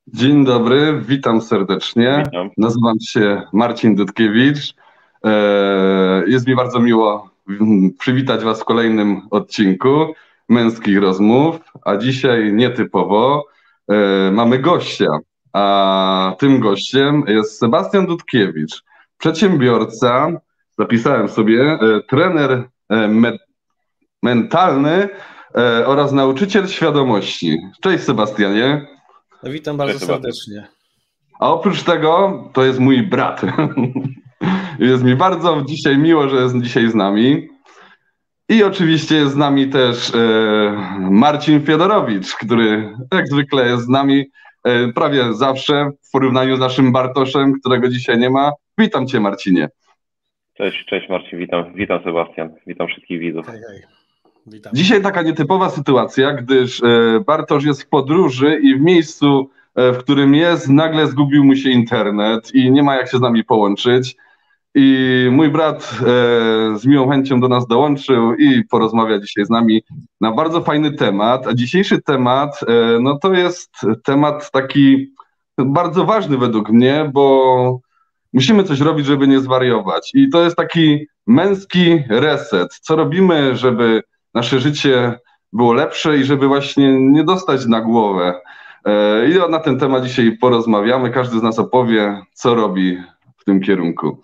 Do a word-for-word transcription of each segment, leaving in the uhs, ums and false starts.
Dzień dobry, witam serdecznie. Witam. Nazywam się Marcin Dudkiewicz. E, Jest mi bardzo miło mm, przywitać Was w kolejnym odcinku Męskich Rozmów, a dzisiaj nietypowo e, mamy gościa, a tym gościem jest Sebastian Dudkiewicz, przedsiębiorca, zapisałem sobie, e, trener e, me mentalny e, oraz nauczyciel świadomości. Cześć Sebastianie. No, witam bardzo Cześć, Sebastian. serdecznie. A oprócz tego to jest mój brat. Jest mi bardzo dzisiaj miło, że jest dzisiaj z nami. I oczywiście jest z nami też e, Marcin Fiodorowicz, który jak zwykle jest z nami e, prawie zawsze w porównaniu z naszym Bartoszem, którego dzisiaj nie ma. Witam Cię, Marcinie. Cześć, cześć Marcin, witam, witam Sebastian, witam wszystkich widzów. Hej, hej. Witam. Dzisiaj taka nietypowa sytuacja, gdyż e, Bartosz jest w podróży i w miejscu, e, w którym jest, nagle zgubił mu się internet i nie ma jak się z nami połączyć. I mój brat e, z miłą chęcią do nas dołączył i porozmawia dzisiaj z nami na bardzo fajny temat. A dzisiejszy temat, e, no to jest temat taki bardzo ważny według mnie, bo musimy coś robić, żeby nie zwariować. I to jest taki męski reset. Co robimy, żeby nasze życie było lepsze i żeby właśnie nie dostać na głowę. E, I na ten temat dzisiaj porozmawiamy. Każdy z nas opowie, co robi w tym kierunku.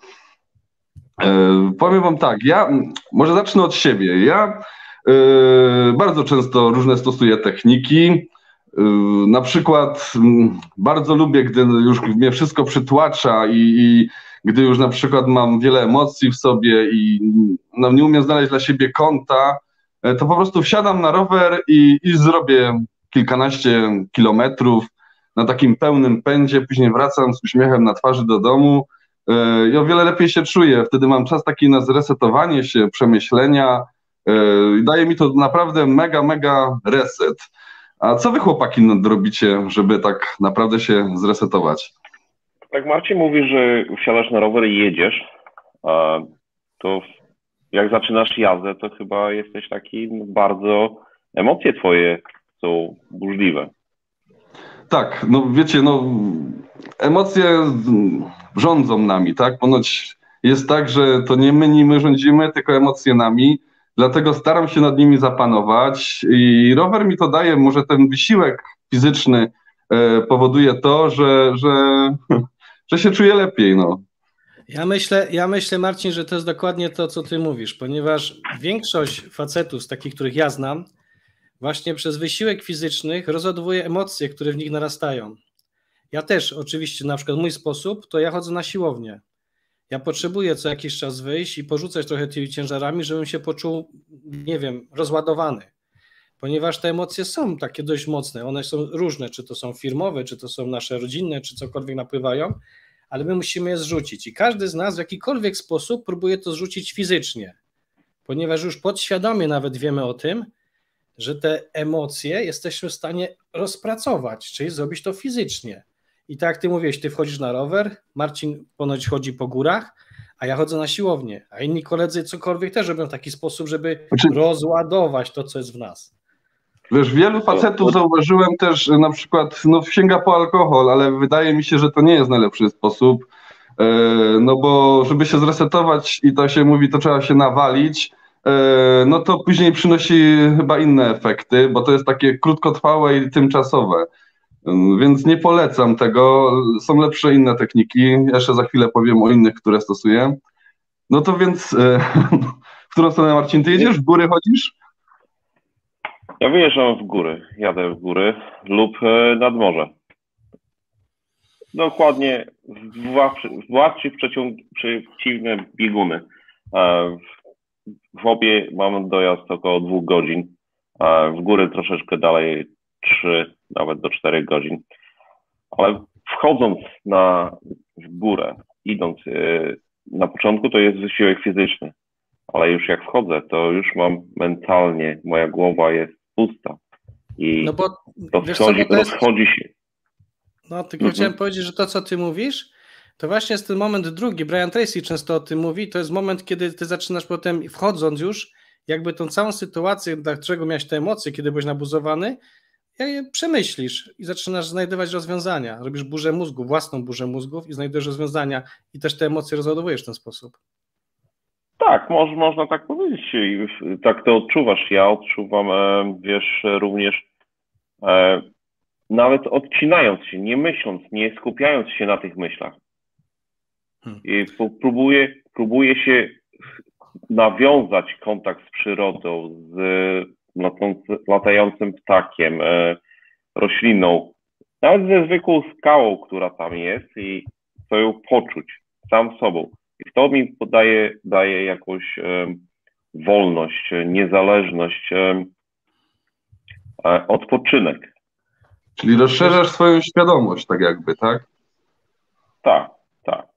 E, powiem wam tak, ja może zacznę od siebie. Ja e, bardzo często różne stosuję techniki. E, na przykład m, bardzo lubię, gdy już mnie wszystko przytłacza i, i gdy już na przykład mam wiele emocji w sobie i no, nie umiem znaleźć dla siebie kąta, e, to po prostu wsiadam na rower i, i zrobię kilkanaście kilometrów na takim pełnym pędzie, później wracam z uśmiechem na twarzy do domu. I o wiele lepiej się czuję. Wtedy mam czas taki na zresetowanie się, przemyślenia. I daje mi to naprawdę mega, mega reset. A co wy, chłopaki, robicie, żeby tak naprawdę się zresetować? Tak Marcin mówi, że wsiadasz na rower i jedziesz, a to jak zaczynasz jazdę, to chyba jesteś taki bardzo, emocje twoje są burzliwe. Tak, no wiecie, no emocje rządzą nami, tak? Ponoć jest tak, że to nie my nimi rządzimy, tylko emocje nami, dlatego staram się nad nimi zapanować i rower mi to daje, może ten wysiłek fizyczny e, powoduje to, że, że, że się czuję lepiej, no. Ja myślę, ja myślę, Marcin, że to jest dokładnie to, co ty mówisz, ponieważ większość facetów, z takich, których ja znam, właśnie przez wysiłek fizyczny rozładowuje emocje, które w nich narastają. Ja też oczywiście, na przykład mój sposób, to ja chodzę na siłownię. Ja potrzebuję co jakiś czas wyjść i porzucać trochę tymi ciężarami, żebym się poczuł, nie wiem, rozładowany. Ponieważ te emocje są takie dość mocne, one są różne, czy to są firmowe, czy to są nasze rodzinne, czy cokolwiek napływają, ale my musimy je zrzucić i każdy z nas w jakikolwiek sposób próbuje to zrzucić fizycznie, ponieważ już podświadomie nawet wiemy o tym, że te emocje jesteśmy w stanie rozpracować, czyli zrobić to fizycznie. I tak jak ty mówiłeś, ty wchodzisz na rower, Marcin ponoć chodzi po górach, a ja chodzę na siłownię, a inni koledzy cokolwiek też robią w taki sposób, żeby Znaczy, rozładować to, co jest w nas. wiesz, wielu facetów zauważyłem też na przykład, no sięga po alkohol, ale wydaje mi się, że to nie jest najlepszy sposób, e, no bo żeby się zresetować i to się mówi, to trzeba się nawalić, e, no to później przynosi chyba inne efekty, bo to jest takie krótkotrwałe i tymczasowe. Więc nie polecam tego. Są lepsze inne techniki. Jeszcze za chwilę powiem o innych, które stosuję. No to więc, e, w którą stronę, Marcin, ty jedziesz? W góry chodzisz? Ja wyjeżdżam w góry, jadę w góry lub e, nad morze. Dokładnie w właściwie przeciwne bieguny. E, w obie mam dojazd około dwóch godzin. E, w góry troszeczkę dalej trzy, nawet do czterech godzin. Ale wchodząc na w górę, idąc yy, na początku, to jest wysiłek fizyczny, ale już jak wchodzę, to już mam mentalnie, moja głowa jest pusta i No bo, rozchodzi, co, to jest... rozchodzi się. No tylko Mhm. chciałem powiedzieć, że to, co ty mówisz, to właśnie jest ten moment drugi. Brian Tracy często o tym mówi, to jest moment, kiedy ty zaczynasz potem, wchodząc już, jakby tą całą sytuację, dla czego miałeś te emocje, kiedy byłeś nabuzowany, jak je przemyślisz i zaczynasz znajdować rozwiązania. Robisz burzę mózgu, własną burzę mózgów i znajdujesz rozwiązania i też te emocje rozładowujesz w ten sposób. Tak, moż, można tak powiedzieć i tak to odczuwasz. Ja odczuwam, wiesz, również nawet odcinając się, nie myśląc, nie skupiając się na tych myślach. Hmm. I próbuję, próbuję się nawiązać kontakt z przyrodą, z latającym ptakiem, rośliną, nawet ze zwykłą skałą, która tam jest i chcę ją poczuć sam sobą. I to mi podaje, daje jakąś wolność, niezależność, odpoczynek. Czyli rozszerzasz swoją świadomość, tak jakby, tak? Tak, tak.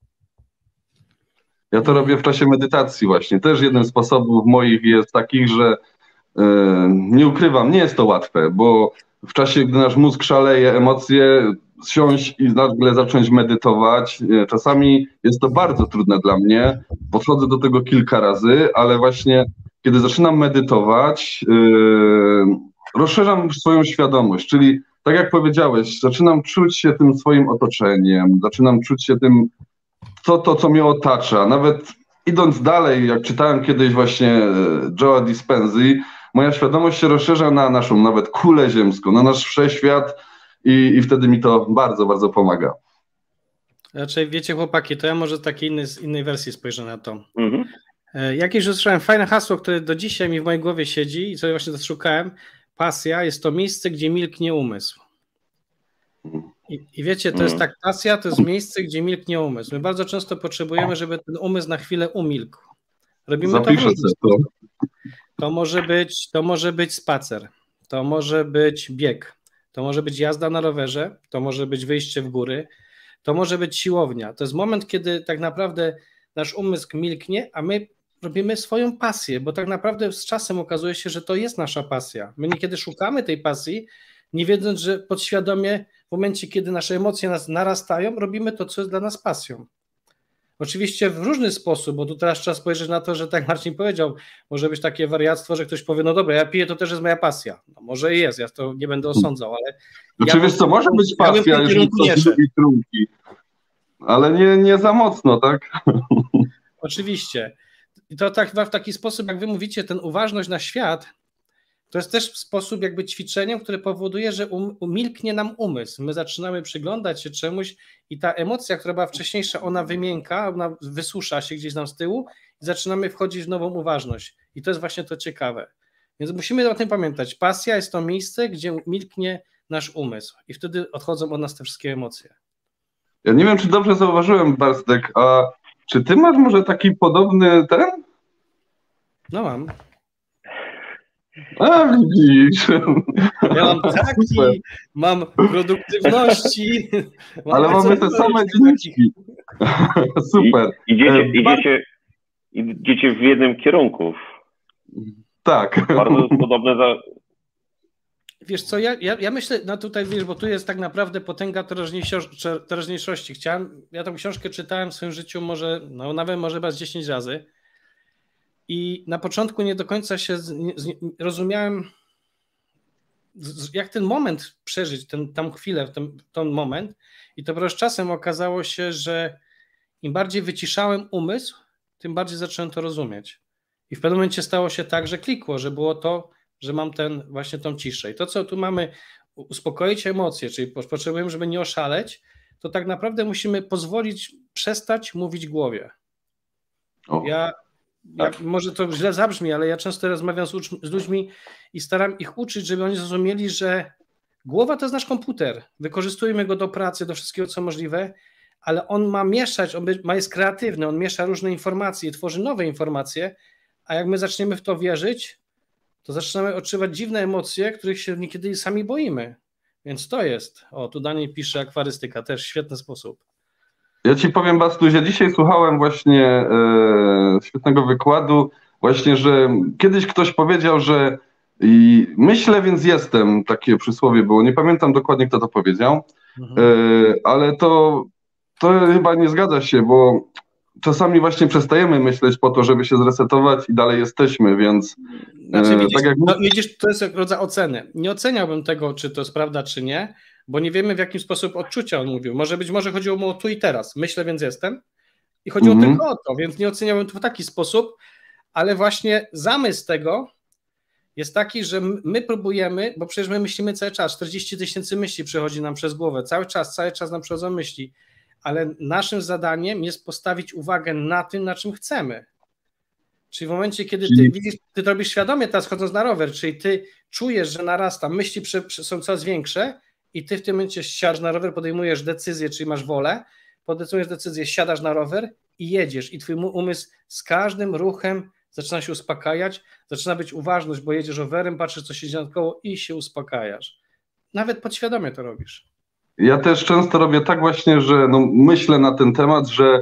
Ja to robię w czasie medytacji właśnie. Też jednym z sposobów moich jest takich, że yy, nie ukrywam, nie jest to łatwe, bo w czasie, gdy nasz mózg szaleje, emocje, siąść i nagle zacząć medytować, czasami jest to bardzo trudne dla mnie. Podchodzę do tego kilka razy, ale właśnie kiedy zaczynam medytować, yy, rozszerzam swoją świadomość, czyli tak jak powiedziałeś, zaczynam czuć się tym swoim otoczeniem, zaczynam czuć się tym, co to, co mnie otacza. Nawet idąc dalej, jak czytałem kiedyś właśnie Joe'a Dispenz'i, moja świadomość się rozszerza na naszą nawet kulę ziemską, na nasz wszechświat i, i wtedy mi to bardzo, bardzo pomaga. Raczej wiecie, chłopaki, to ja może z takiej innej, z innej wersji spojrzę na to. Mhm. Jakieś usłyszałem fajne hasło, które do dzisiaj mi w mojej głowie siedzi i sobie właśnie to szukałem. Pasja jest to miejsce, gdzie milknie umysł. I, I wiecie, to jest tak, pasja to jest miejsce, gdzie milknie umysł. My bardzo często potrzebujemy, żeby ten umysł na chwilę umilkł. Robimy Zapiszę to w różny to. sposób. To może być, to może być spacer, to może być bieg, to może być jazda na rowerze, to może być wyjście w góry, to może być siłownia. To jest moment, kiedy tak naprawdę nasz umysł milknie, a my robimy swoją pasję, bo tak naprawdę z czasem okazuje się, że to jest nasza pasja. My niekiedy szukamy tej pasji, nie wiedząc, że podświadomie w momencie, kiedy nasze emocje nas narastają, robimy to, co jest dla nas pasją. Oczywiście w różny sposób, bo tu teraz trzeba spojrzeć na to, że tak Marcin powiedział, może być takie wariactwo, że ktoś powie, no dobra, ja piję, to też jest moja pasja. No może jest, ja to nie będę osądzał, ale... Znaczy, ja wiesz co, może być pasja, ja jeżeli ktoś lubi trunki, ale nie, nie za mocno, tak? Oczywiście. I to tak w taki sposób, jak wy mówicie, ten uważność na świat, to jest też sposób jakby ćwiczeniem, które powoduje, że um, umilknie nam umysł. My zaczynamy przyglądać się czemuś i ta emocja, która była wcześniejsza, ona wymięka, ona wysusza się gdzieś tam z tyłu i zaczynamy wchodzić w nową uważność. I to jest właśnie to ciekawe. Więc musimy o tym pamiętać. Pasja jest to miejsce, gdzie milknie nasz umysł i wtedy odchodzą od nas te wszystkie emocje. Ja nie wiem, czy dobrze zauważyłem, Barstek, a czy ty masz może taki podobny ten? No mam. A widzisz. Ja mam taki, mam produktywności. Mam ale mamy te same dzienniki. Super. I, idziecie, idziecie, idziecie w jednym kierunku. Tak. Bardzo podobne za... Wiesz co, ja, ja, ja myślę, no tutaj wiesz, bo tu jest tak naprawdę potęga teraźniejszości. Chciałem, ja tą książkę czytałem w swoim życiu może, no nawet może chyba z dziesięć razy. I na początku nie do końca się z, z, rozumiałem, z, jak ten moment przeżyć, ten, tam chwilę, ten, ten moment. I to z czasem okazało się, że im bardziej wyciszałem umysł, tym bardziej zacząłem to rozumieć. I w pewnym momencie stało się tak, że klikło, że było to, że mam ten właśnie tą ciszę. I to, co tu mamy, uspokoić emocje, czyli potrzebujemy, żeby nie oszaleć, to tak naprawdę musimy pozwolić przestać mówić głowie. O. Ja Ja, może to źle zabrzmi, ale ja często rozmawiam z, z ludźmi i staram ich uczyć, żeby oni zrozumieli, że głowa to jest nasz komputer. Wykorzystujemy go do pracy, do wszystkiego, co możliwe, ale on ma mieszać, on ma, jest kreatywny, on miesza różne informacje, tworzy nowe informacje, a jak my zaczniemy w to wierzyć, to zaczynamy odczuwać dziwne emocje, których się niekiedy sami boimy. Więc to jest. O, tu Daniel pisze akwarystyka, też świetny sposób. Ja ci powiem, Bastuś, ja dzisiaj słuchałem właśnie e, świetnego wykładu, właśnie, że kiedyś ktoś powiedział, że i myślę, więc jestem, takie przysłowie było, nie pamiętam dokładnie, kto to powiedział, mhm. e, ale to, to chyba nie zgadza się, bo czasami właśnie przestajemy myśleć po to, żeby się zresetować i dalej jesteśmy, więc znaczy, e, widzisz, tak jak... no, widzisz, to jest rodzaj oceny. Nie oceniałbym tego, czy to jest prawda, czy nie, bo nie wiemy, w jaki sposób odczucia on mówił. Może być może chodziło mu o tu i teraz. Myślę, więc jestem. I chodziło Mhm. tylko o to, więc nie oceniałbym to w taki sposób, ale właśnie zamysł tego jest taki, że my próbujemy, bo przecież my myślimy cały czas, czterdzieści tysięcy myśli przechodzi nam przez głowę, cały czas, cały czas nam przychodzą myśli, ale naszym zadaniem jest postawić uwagę na tym, na czym chcemy. Czyli w momencie, kiedy ty widzisz, ty to robisz świadomie teraz chodząc na rower, czyli ty czujesz, że narasta, myśli przy, przy, są coraz większe i ty w tym momencie siadasz na rower, podejmujesz decyzję, czyli masz wolę, podejmujesz decyzję, siadasz na rower i jedziesz i twój umysł z każdym ruchem zaczyna się uspokajać, zaczyna być uważność, bo jedziesz rowerem, patrzysz, co się dzieje naokoło i się uspokajasz. Nawet podświadomie to robisz. Ja też często robię tak właśnie, że no myślę na ten temat, że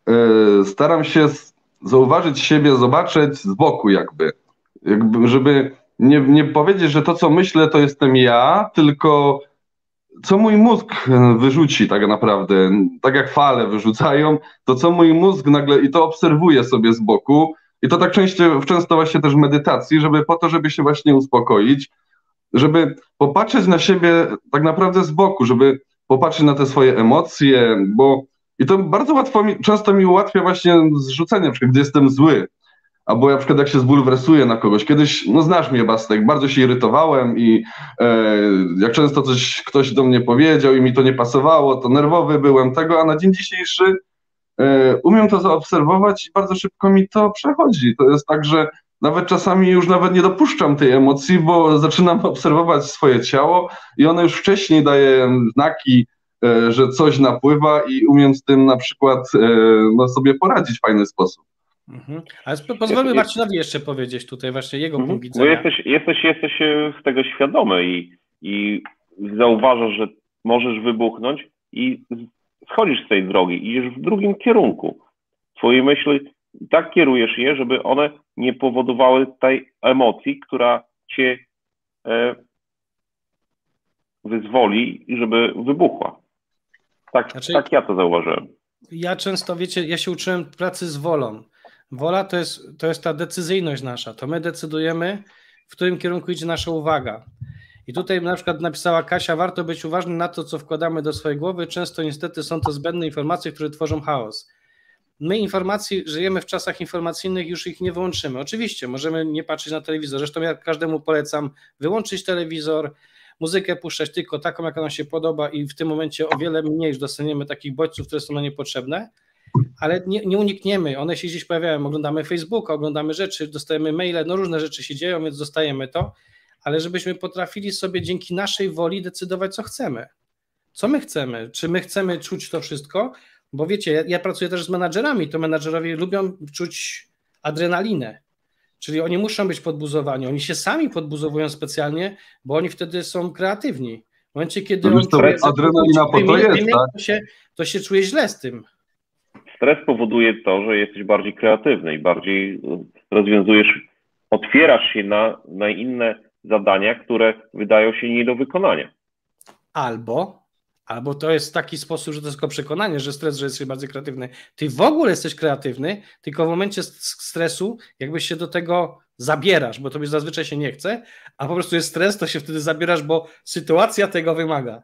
y, staram się zauważyć siebie, zobaczyć z boku jakby. jakby żeby nie, nie powiedzieć, że to, co myślę, to jestem ja, tylko co mój mózg wyrzuci tak naprawdę. Tak jak fale wyrzucają, to co mój mózg nagle, i to obserwuję sobie z boku, i to tak często, często właśnie też w medytacji, żeby po to, żeby się właśnie uspokoić, żeby popatrzeć na siebie tak naprawdę z boku, żeby popatrzeć na te swoje emocje, bo i to bardzo łatwo mi, często mi ułatwia właśnie zrzucenie, na przykład gdy jestem zły, albo na przykład jak się zbulwersuję na kogoś. Kiedyś, no znasz mnie, Bastek, bardzo się irytowałem i e, jak często coś ktoś do mnie powiedział i mi to nie pasowało, to nerwowy byłem tego, a na dzień dzisiejszy e, umiem to zaobserwować i bardzo szybko mi to przechodzi. To jest tak, że nawet czasami już nawet nie dopuszczam tej emocji, bo zaczynam obserwować swoje ciało i ono już wcześniej daje znaki, e, że coś napływa i umiem z tym na przykład e, no, sobie poradzić w fajny sposób. Mhm. Ale pozwólmy Marcinowi jeszcze powiedzieć tutaj właśnie jego mhm. punkt widzenia. Bo jesteś, jesteś, jesteś z tego świadomy i, i zauważasz, że możesz wybuchnąć i schodzisz z tej drogi, idziesz w drugim kierunku. Twoje myśli, tak kierujesz je, żeby one nie powodowały tej emocji, która cię e, wyzwoli i żeby wybuchła. Tak, znaczy, tak ja to zauważyłem. Ja często, wiecie, ja się uczyłem pracy z wolą. Wola to jest, to jest ta decyzyjność nasza. To my decydujemy, w którym kierunku idzie nasza uwaga. I tutaj na przykład napisała Kasia, warto być uważnym na to, co wkładamy do swojej głowy. Często niestety są to zbędne informacje, które tworzą chaos. My informacji, żyjemy w czasach informacyjnych, już ich nie wyłączymy. Oczywiście, możemy nie patrzeć na telewizor. Zresztą ja każdemu polecam wyłączyć telewizor, muzykę puszczać tylko taką, jaka nam się podoba i w tym momencie o wiele mniej już dostaniemy takich bodźców, które są nam niepotrzebne, ale nie, nie unikniemy. One się gdzieś pojawiają. Oglądamy Facebooka, oglądamy rzeczy, dostajemy maile, no różne rzeczy się dzieją, więc dostajemy to, ale żebyśmy potrafili sobie dzięki naszej woli decydować, co chcemy. Co my chcemy? Czy my chcemy czuć to wszystko? Bo wiecie, ja, ja pracuję też z menadżerami, to menadżerowie lubią czuć adrenalinę, czyli oni muszą być podbuzowani, oni się sami podbuzowują specjalnie, bo oni wtedy są kreatywni. W momencie, kiedy on czuje, adrenalina po to jest, wymienię, tak? to, się, to się czuje źle z tym. Stres powoduje to, że jesteś bardziej kreatywny i bardziej rozwiązujesz, otwierasz się na, na inne zadania, które wydają się nie do wykonania. Albo, albo to jest taki sposób, że to jest tylko przekonanie, że stres, że jesteś bardziej kreatywny. Ty w ogóle jesteś kreatywny, tylko w momencie stresu jakbyś się do tego zabierasz, bo tobie zazwyczaj się nie chce, a po prostu jest stres, to się wtedy zabierasz, bo sytuacja tego wymaga.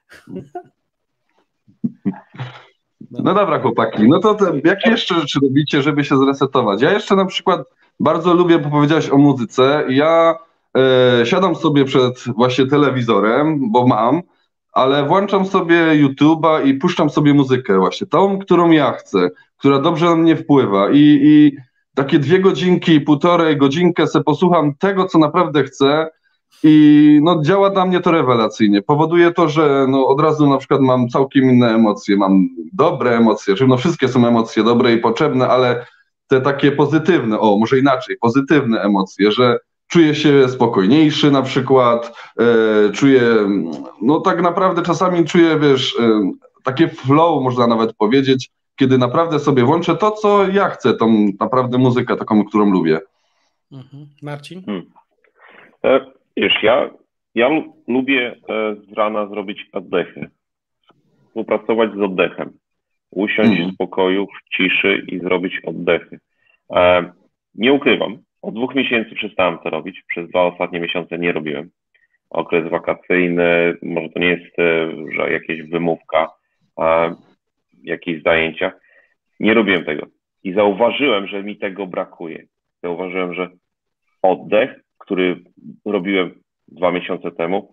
No dobra, chłopaki, no to te, jakie jeszcze rzeczy robicie, żeby się zresetować? Ja jeszcze na przykład bardzo lubię, bo powiedziałeś o muzyce, ja e, siadam sobie przed właśnie telewizorem, bo mam, ale włączam sobie YouTube'a i puszczam sobie muzykę właśnie, tą, którą ja chcę, która dobrze na mnie wpływa i, i takie dwie godzinki, półtorej godzinkę sobie posłucham tego, co naprawdę chcę. I no, działa dla mnie to rewelacyjnie. Powoduje to, że no, od razu na przykład mam całkiem inne emocje, mam dobre emocje, czyli no, wszystkie są emocje dobre i potrzebne, ale te takie pozytywne, o może inaczej, pozytywne emocje, że czuję się spokojniejszy na przykład, e, czuję, no tak naprawdę czasami czuję, wiesz, e, takie flow można nawet powiedzieć, kiedy naprawdę sobie włączę to, co ja chcę, tą naprawdę muzykę taką, którą lubię. Mhm. Marcin? Hmm. E Wiesz, ja, ja lubię z rana zrobić oddechy, współpracować z oddechem. Usiąść Mhm. w spokoju, w ciszy i zrobić oddechy. E, nie ukrywam, od dwóch miesięcy przestałem to robić. Przez dwa ostatnie miesiące nie robiłem. Okres wakacyjny, może to nie jest, e, że jakieś wymówka, e, jakieś zajęcia. Nie robiłem tego. I zauważyłem, że mi tego brakuje. Zauważyłem, że oddech, który robiłem dwa miesiące temu,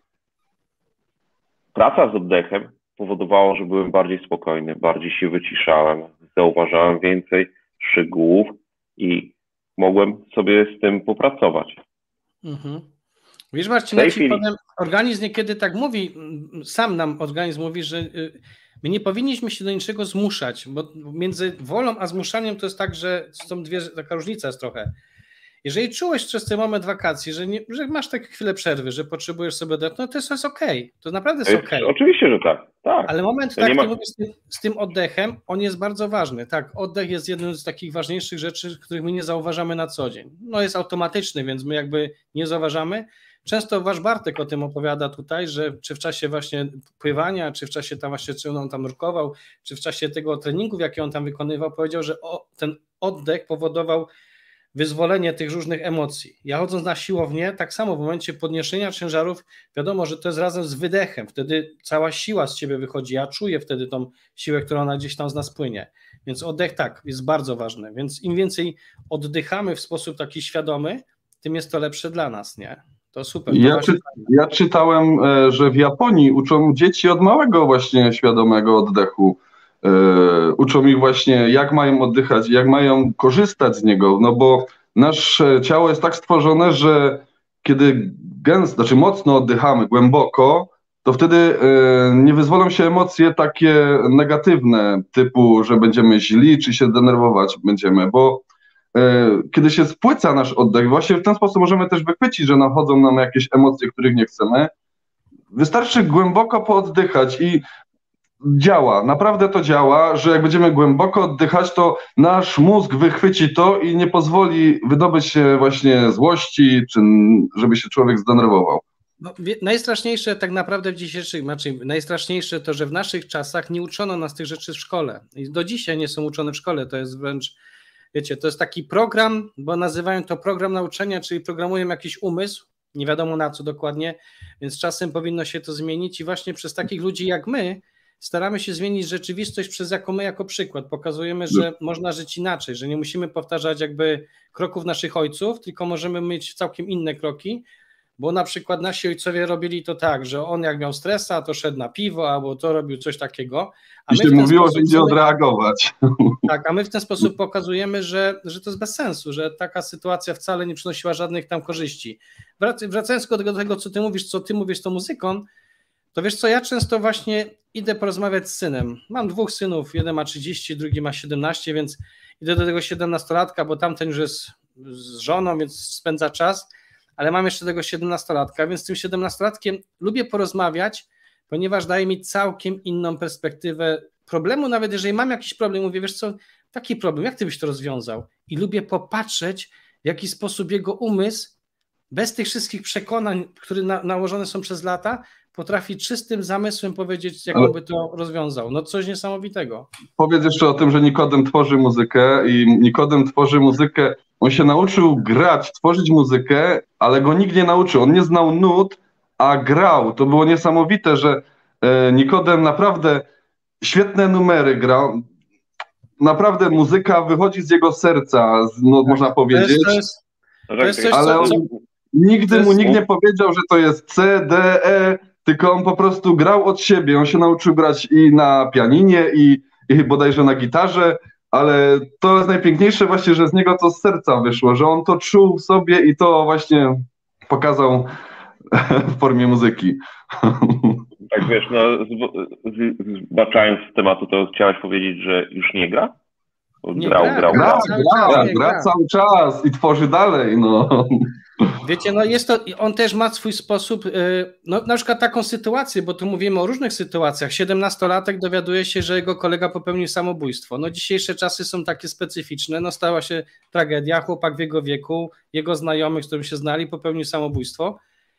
praca z oddechem powodowało, że byłem bardziej spokojny, bardziej się wyciszałem, zauważałem więcej szczegółów i mogłem sobie z tym popracować. Mhm. Wiesz, Marcin, W tej ja ci chwili- powiem, organizm niekiedy tak mówi, sam nam organizm mówi, że y, my nie powinniśmy się do niczego zmuszać, bo między wolą a zmuszaniem to jest tak, że są dwie, taka różnica jest trochę. Jeżeli czułeś przez ten moment wakacji, że, nie, że masz takie chwilę przerwy, że potrzebujesz sobie oddech, no to jest, to jest okej, to naprawdę jest Jest, okej. Oczywiście, że tak. tak. Ale moment, To tak, nie ty ma- mówisz z tym, z tym oddechem, on jest bardzo ważny. Tak, oddech jest jedną z takich ważniejszych rzeczy, których my nie zauważamy na co dzień. No jest automatyczny, więc my jakby nie zauważamy. Często wasz Bartek o tym opowiada tutaj, że czy w czasie właśnie pływania, czy w czasie tam właśnie, czy on tam nurkował, czy w czasie tego treningów, jakie on tam wykonywał, powiedział, że o, ten oddech powodował wyzwolenie tych różnych emocji. Ja chodząc na siłownię, tak samo w momencie podniesienia ciężarów, wiadomo, że to jest razem z wydechem, wtedy cała siła z ciebie wychodzi, ja czuję wtedy tą siłę, która ona gdzieś tam z nas płynie, więc oddech tak, jest bardzo ważny, więc im więcej oddychamy w sposób taki świadomy, tym jest to lepsze dla nas, nie? To super. To Ja, właśnie... czy, ja czytałem, e, że w Japonii uczą dzieci od małego właśnie świadomego oddechu. E, Uczą ich właśnie, jak mają oddychać, jak mają korzystać z niego, no bo nasze ciało jest tak stworzone, że kiedy gęsto, znaczy mocno oddychamy, głęboko, to wtedy e, nie wyzwolą się emocje takie negatywne, typu, że będziemy źli, czy się denerwować będziemy, bo kiedy się spłyca nasz oddech, właśnie w ten sposób możemy też wychwycić, że nachodzą nam jakieś emocje, których nie chcemy. Wystarczy głęboko pooddychać i działa, naprawdę to działa, że jak będziemy głęboko oddychać, to nasz mózg wychwyci to i nie pozwoli wydobyć się właśnie złości, czy żeby się człowiek zdenerwował. No, najstraszniejsze tak naprawdę w dzisiejszych, znaczy najstraszniejsze to, że w naszych czasach nie uczono nas tych rzeczy w szkole. I do dzisiaj nie są uczone w szkole, to jest wręcz, wiecie, to jest taki program, bo nazywają to program nauczania, czyli programują jakiś umysł, nie wiadomo na co dokładnie, więc czasem powinno się to zmienić i właśnie przez takich ludzi jak my staramy się zmienić rzeczywistość, przez jaką my jako przykład pokazujemy, że można żyć inaczej, że nie musimy powtarzać jakby kroków naszych ojców, tylko możemy mieć całkiem inne kroki, bo na przykład nasi ojcowie robili to tak, że on jak miał stresa, to szedł na piwo, albo to robił coś takiego. A I my się w ten mówiło, sposób że idzie sobie- odreagować. Tak, a my w ten sposób pokazujemy, że, że to jest bez sensu, że taka sytuacja wcale nie przynosiła żadnych tam korzyści. Wrac- Wracając do tego, do tego, co ty mówisz, co ty mówisz z tą muzyką, to wiesz co, ja często właśnie idę porozmawiać z synem. Mam dwóch synów, jeden ma trzydzieści, drugi ma siedemnaście, więc idę do tego siedemnastolatka, bo tamten już jest z żoną, więc spędza czas, ale mam jeszcze tego siedemnastolatka, więc z tym siedemnastolatkiem lubię porozmawiać, ponieważ daje mi całkiem inną perspektywę problemu, nawet jeżeli mam jakiś problem, mówię, wiesz co, taki problem, jak ty byś to rozwiązał? I lubię popatrzeć, w jaki sposób jego umysł, bez tych wszystkich przekonań, które na, nałożone są przez lata, potrafi czystym zamysłem powiedzieć, jak Ale- on by to rozwiązał. No coś niesamowitego. Powiedz jeszcze o tym, że Nikodem tworzy muzykę i Nikodem tworzy muzykę, on się nauczył grać, tworzyć muzykę, ale go nikt nie nauczył, on nie znał nut, a grał. To było niesamowite, że e, Nikodem naprawdę świetne numery grał, naprawdę muzyka wychodzi z jego serca, z- no, można To powiedzieć, jest, to jest, to jest coś, ale co, on co, nigdy to mu jest- nikt nie powiedział, że to jest C, D, E, tylko on po prostu grał od siebie. On się nauczył grać i na pianinie, i, i bodajże na gitarze, ale to jest najpiękniejsze właśnie, że z niego to z serca wyszło, że on to czuł w sobie i to właśnie pokazał w formie muzyki. Tak wiesz, no zb- z- zbaczając z tematu, to chciałeś powiedzieć, że już nie gra? Nie grał, gra, grał, gra. grał. cały gra, czas, gra, nie, gra gra. cały czas i tworzy dalej, no. Wiecie, no jest to, on też ma swój sposób, yy, no na przykład taką sytuację, bo tu mówimy o różnych sytuacjach, siedemnastolatek dowiaduje się, że jego kolega popełnił samobójstwo, no dzisiejsze czasy są takie specyficzne, no stała się tragedia, chłopak w jego wieku, jego znajomych, z którym się znali, popełnił samobójstwo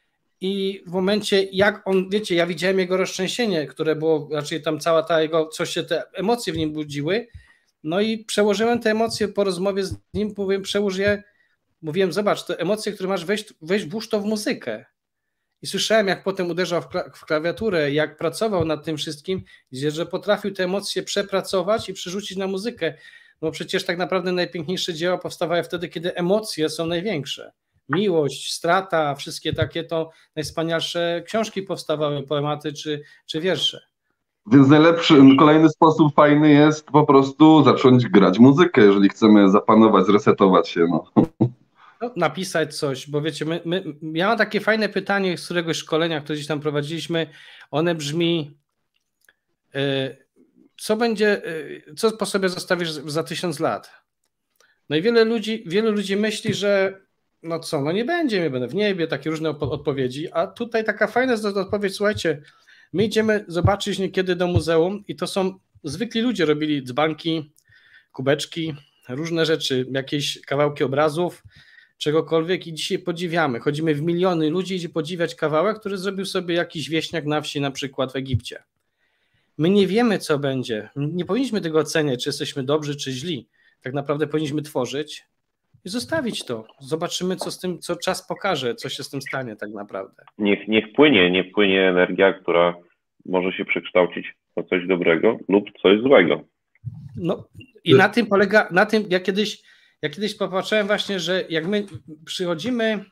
i w momencie, jak on, wiecie, ja widziałem jego roztrzęsienie, które było, raczej tam cała ta jego, coś się te emocje w nim budziły, no i przełożyłem te emocje po rozmowie z nim, mówiłem, przełóż je, mówiłem, zobacz, te emocje, które masz, weź, weź włóż to w muzykę. I słyszałem, jak potem uderzał w, kla w klawiaturę, jak pracował nad tym wszystkim, że potrafił te emocje przepracować i przerzucić na muzykę. No przecież tak naprawdę najpiękniejsze dzieła powstawały wtedy, kiedy emocje są największe. Miłość, strata, wszystkie takie to najwspanialsze książki powstawały, poematy czy, czy wiersze. Więc najlepszy, kolejny sposób fajny jest po prostu zacząć grać muzykę, jeżeli chcemy zapanować, zresetować się. No. No, napisać coś, bo wiecie, my, my, ja mam takie fajne pytanie z któregoś szkolenia, które gdzieś tam prowadziliśmy, one brzmi, yy, co będzie, yy, co po sobie zostawisz za tysiąc lat? No i wiele ludzi, wielu ludzi myśli, że no co, no nie będzie, ja będę w niebie, takie różne odpowiedzi, a tutaj taka fajna jest odpowiedź, słuchajcie, my idziemy zobaczyć niekiedy do muzeum i to są zwykli ludzie, robili dzbanki, kubeczki, różne rzeczy, jakieś kawałki obrazów, czegokolwiek i dzisiaj podziwiamy. Chodzimy w miliony ludzi, idzie podziwiać kawałek, który zrobił sobie jakiś wieśniak na wsi, na przykład w Egipcie. My nie wiemy, co będzie. Nie powinniśmy tego oceniać, czy jesteśmy dobrzy, czy źli. Tak naprawdę powinniśmy tworzyć i zostawić to. Zobaczymy, co z tym, co czas pokaże, co się z tym stanie tak naprawdę. Niech, niech płynie, niech płynie energia, która może się przekształcić w coś dobrego lub coś złego. No i na tym polega, na tym, ja kiedyś Ja kiedyś popatrzyłem właśnie, że jak my przychodzimy,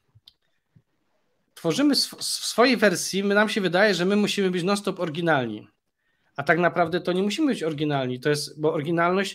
tworzymy w swojej wersji, my nam się wydaje, że my musimy być non-stop oryginalni. A tak naprawdę to nie musimy być oryginalni, to jest, bo oryginalność,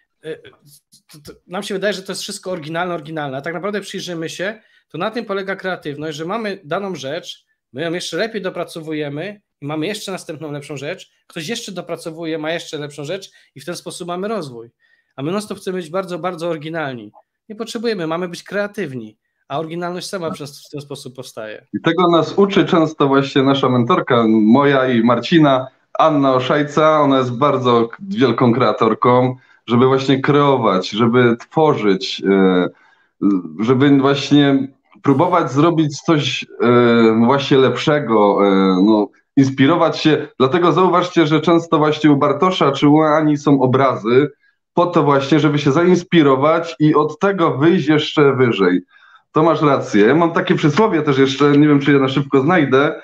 to, to, nam się wydaje, że to jest wszystko oryginalne, oryginalne, a tak naprawdę przyjrzymy się, to na tym polega kreatywność, że mamy daną rzecz, my ją jeszcze lepiej dopracowujemy i mamy jeszcze następną lepszą rzecz, ktoś jeszcze dopracowuje, ma jeszcze lepszą rzecz i w ten sposób mamy rozwój. A my non-stop chcemy być bardzo, bardzo oryginalni. Nie potrzebujemy, mamy być kreatywni, a oryginalność sama przez w ten sposób powstaje. I tego nas uczy często właśnie nasza mentorka, moja i Marcina, Anna Oszajca. Ona jest bardzo wielką kreatorką, żeby właśnie kreować, żeby tworzyć, żeby właśnie próbować zrobić coś właśnie lepszego, no, inspirować się. Dlatego zauważcie, że często właśnie u Bartosza czy u Ani są obrazy, po to właśnie, żeby się zainspirować i od tego wyjść jeszcze wyżej. To masz rację. Ja mam takie przysłowie też jeszcze, nie wiem, czy je na szybko znajdę.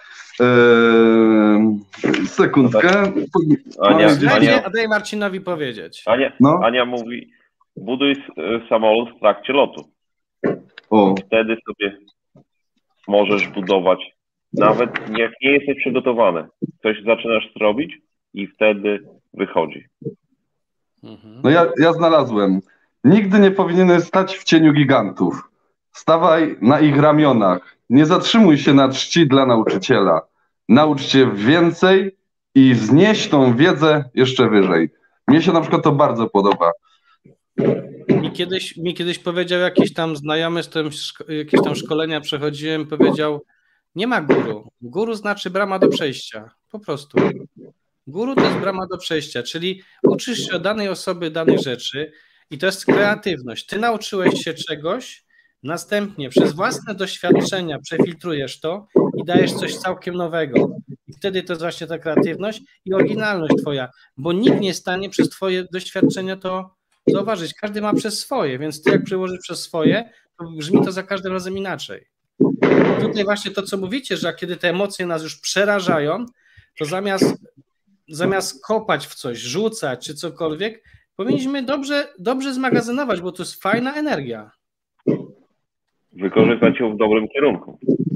Eee, sekundkę. Ania, Ania, a daj Marcinowi powiedzieć. Ania, no? Ania mówi, buduj samolot w trakcie lotu. O. Wtedy sobie możesz budować, nawet jak nie jesteś przygotowany. Coś zaczynasz robić i wtedy wychodzi. No ja, ja znalazłem. Nigdy nie powinieneś stać w cieniu gigantów. Stawaj na ich ramionach. Nie zatrzymuj się na czci dla nauczyciela. Naucz się więcej i znieś tą wiedzę jeszcze wyżej. Mnie się na przykład to bardzo podoba. Mi kiedyś, mi kiedyś powiedział jakiś tam znajomy, z tym jakieś tam szkolenia przechodziłem, powiedział, nie ma guru. Guru znaczy brama do przejścia. Po prostu. Guru to jest brama do przejścia, czyli uczysz się od danej osoby danej rzeczy i to jest kreatywność. Ty nauczyłeś się czegoś, następnie przez własne doświadczenia przefiltrujesz to i dajesz coś całkiem nowego. I wtedy to jest właśnie ta kreatywność i oryginalność twoja, bo nikt nie jest w stanie przez twoje doświadczenia to zauważyć. Każdy ma przez swoje, więc ty jak przełożysz przez swoje, to brzmi to za każdym razem inaczej. I tutaj właśnie to, co mówicie, że kiedy te emocje nas już przerażają, to zamiast zamiast kopać w coś, rzucać czy cokolwiek, powinniśmy dobrze, dobrze zmagazynować, bo to jest fajna energia. Wykorzystać ją w dobrym kierunku.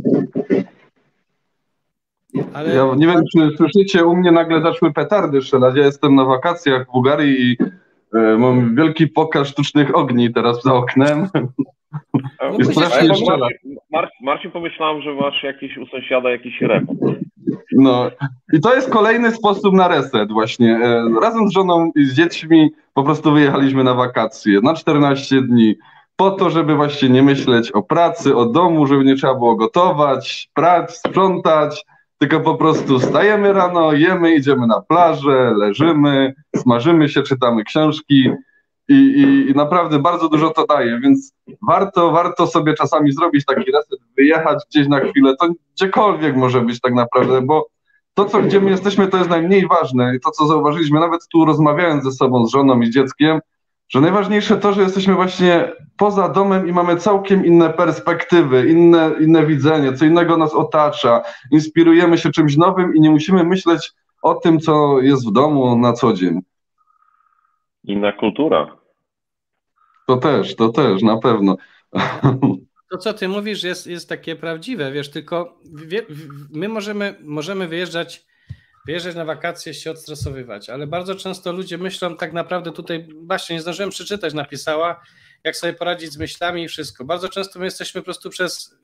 Ale... Ja nie wiem, czy słyszycie, u mnie nagle zaczęły petardy strzelać. Ja jestem na wakacjach w Bułgarii i e, mam wielki pokaz sztucznych ogni teraz za oknem. No, I strasznie strzela. Marcin, Marcin, pomyślałem, że masz jakiś u sąsiada jakiś remont. No i to jest kolejny sposób na reset właśnie. Razem z żoną i z dziećmi po prostu wyjechaliśmy na wakacje na czternaście dni po to, żeby właśnie nie myśleć o pracy, o domu, żeby nie trzeba było gotować, prać, sprzątać, tylko po prostu wstajemy rano, jemy, idziemy na plażę, leżymy, smażymy się, czytamy książki i, i, i naprawdę bardzo dużo to daje, więc warto, warto sobie czasami zrobić taki reset, wyjechać gdzieś na chwilę, to gdziekolwiek może być tak naprawdę, bo to, co gdzie my jesteśmy, to jest najmniej ważne i to, co zauważyliśmy, nawet tu rozmawiając ze sobą, z żoną i dzieckiem, że najważniejsze to, że jesteśmy właśnie poza domem i mamy całkiem inne perspektywy, inne, inne widzenie, co innego nas otacza, inspirujemy się czymś nowym i nie musimy myśleć o tym, co jest w domu na co dzień. Inna kultura. To też, to też, na pewno. To, co ty mówisz, jest, jest takie prawdziwe, wiesz, tylko wie, my możemy, możemy wyjeżdżać, wyjeżdżać na wakacje, się odstresowywać, ale bardzo często ludzie myślą, tak naprawdę tutaj, właśnie nie zdążyłem przeczytać, napisała, jak sobie poradzić z myślami i wszystko. Bardzo często my jesteśmy po prostu przez,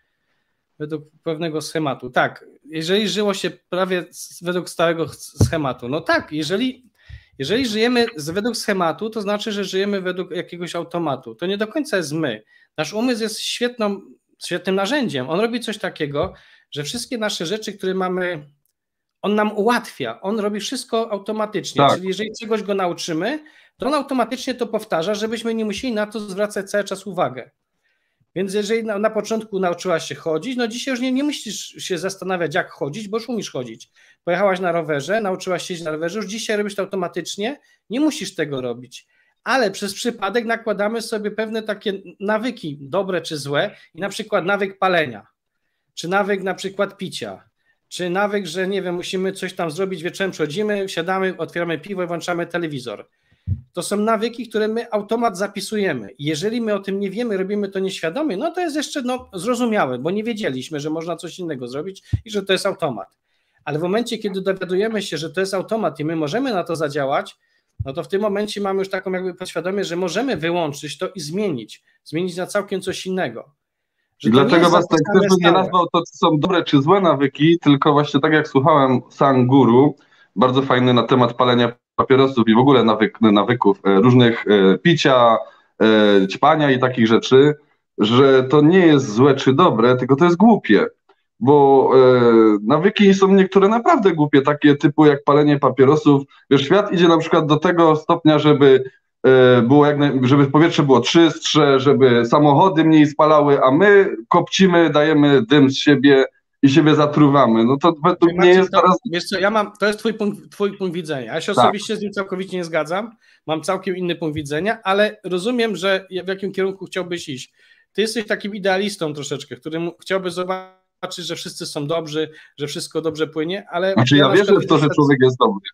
według pewnego schematu. Tak, jeżeli żyło się prawie według stałego schematu, no tak, jeżeli Jeżeli żyjemy według schematu, to znaczy, że żyjemy według jakiegoś automatu. To nie do końca jest my. Nasz umysł jest świetną, świetnym narzędziem. On robi coś takiego, że wszystkie nasze rzeczy, które mamy, on nam ułatwia. On robi wszystko automatycznie. Tak. Czyli jeżeli czegoś go nauczymy, to on automatycznie to powtarza, żebyśmy nie musieli na to zwracać cały czas uwagę. Więc jeżeli na, na początku nauczyłaś się chodzić, no dzisiaj już nie, nie musisz się zastanawiać, jak chodzić, bo już umiesz chodzić. Pojechałaś na rowerze, nauczyłaś się jeździć na rowerze, już dzisiaj robisz to automatycznie, nie musisz tego robić. Ale przez przypadek nakładamy sobie pewne takie nawyki, dobre czy złe, i na przykład nawyk palenia, czy nawyk na przykład picia, czy nawyk, że nie wiem, musimy coś tam zrobić, wieczorem przychodzimy, siadamy, otwieramy piwo i włączamy telewizor. To są nawyki, które my automat zapisujemy. Jeżeli my o tym nie wiemy, robimy to nieświadomie, no to jest jeszcze no, zrozumiałe, bo nie wiedzieliśmy, że można coś innego zrobić i że to jest automat. Ale w momencie, kiedy dowiadujemy się, że to jest automat i my możemy na to zadziałać, no to w tym momencie mamy już taką jakby podświadomość, że możemy wyłączyć to i zmienić. Zmienić na całkiem coś innego. I dlatego was tak też bym nie nazwał to, czy są dobre czy złe nawyki, tylko właśnie tak jak słuchałem San Guru, bardzo fajny na temat palenia papierosów i w ogóle nawyk, nawyków różnych picia, ćpania i takich rzeczy, że to nie jest złe czy dobre, tylko to jest głupie. Bo e, nawyki są niektóre naprawdę głupie, takie typu jak palenie papierosów. Wiesz, świat idzie na przykład do tego stopnia, żeby e, było jak naj, żeby powietrze było czystsze, żeby samochody mniej spalały, a my kopcimy, dajemy dym z siebie i siebie zatruwamy. No to według mnie jest to, teraz... Wiesz co, ja mam, to jest twój punkt, twój punkt widzenia. Ja się tak. osobiście z nim całkowicie nie zgadzam, mam całkiem inny punkt widzenia, ale rozumiem, że w jakim kierunku chciałbyś iść. Ty jesteś takim idealistą troszeczkę, którym chciałby zobaczyć, że wszyscy są dobrzy, że wszystko dobrze płynie, ale... Znaczy ja, ja wierzę w to, że człowiek jest dobry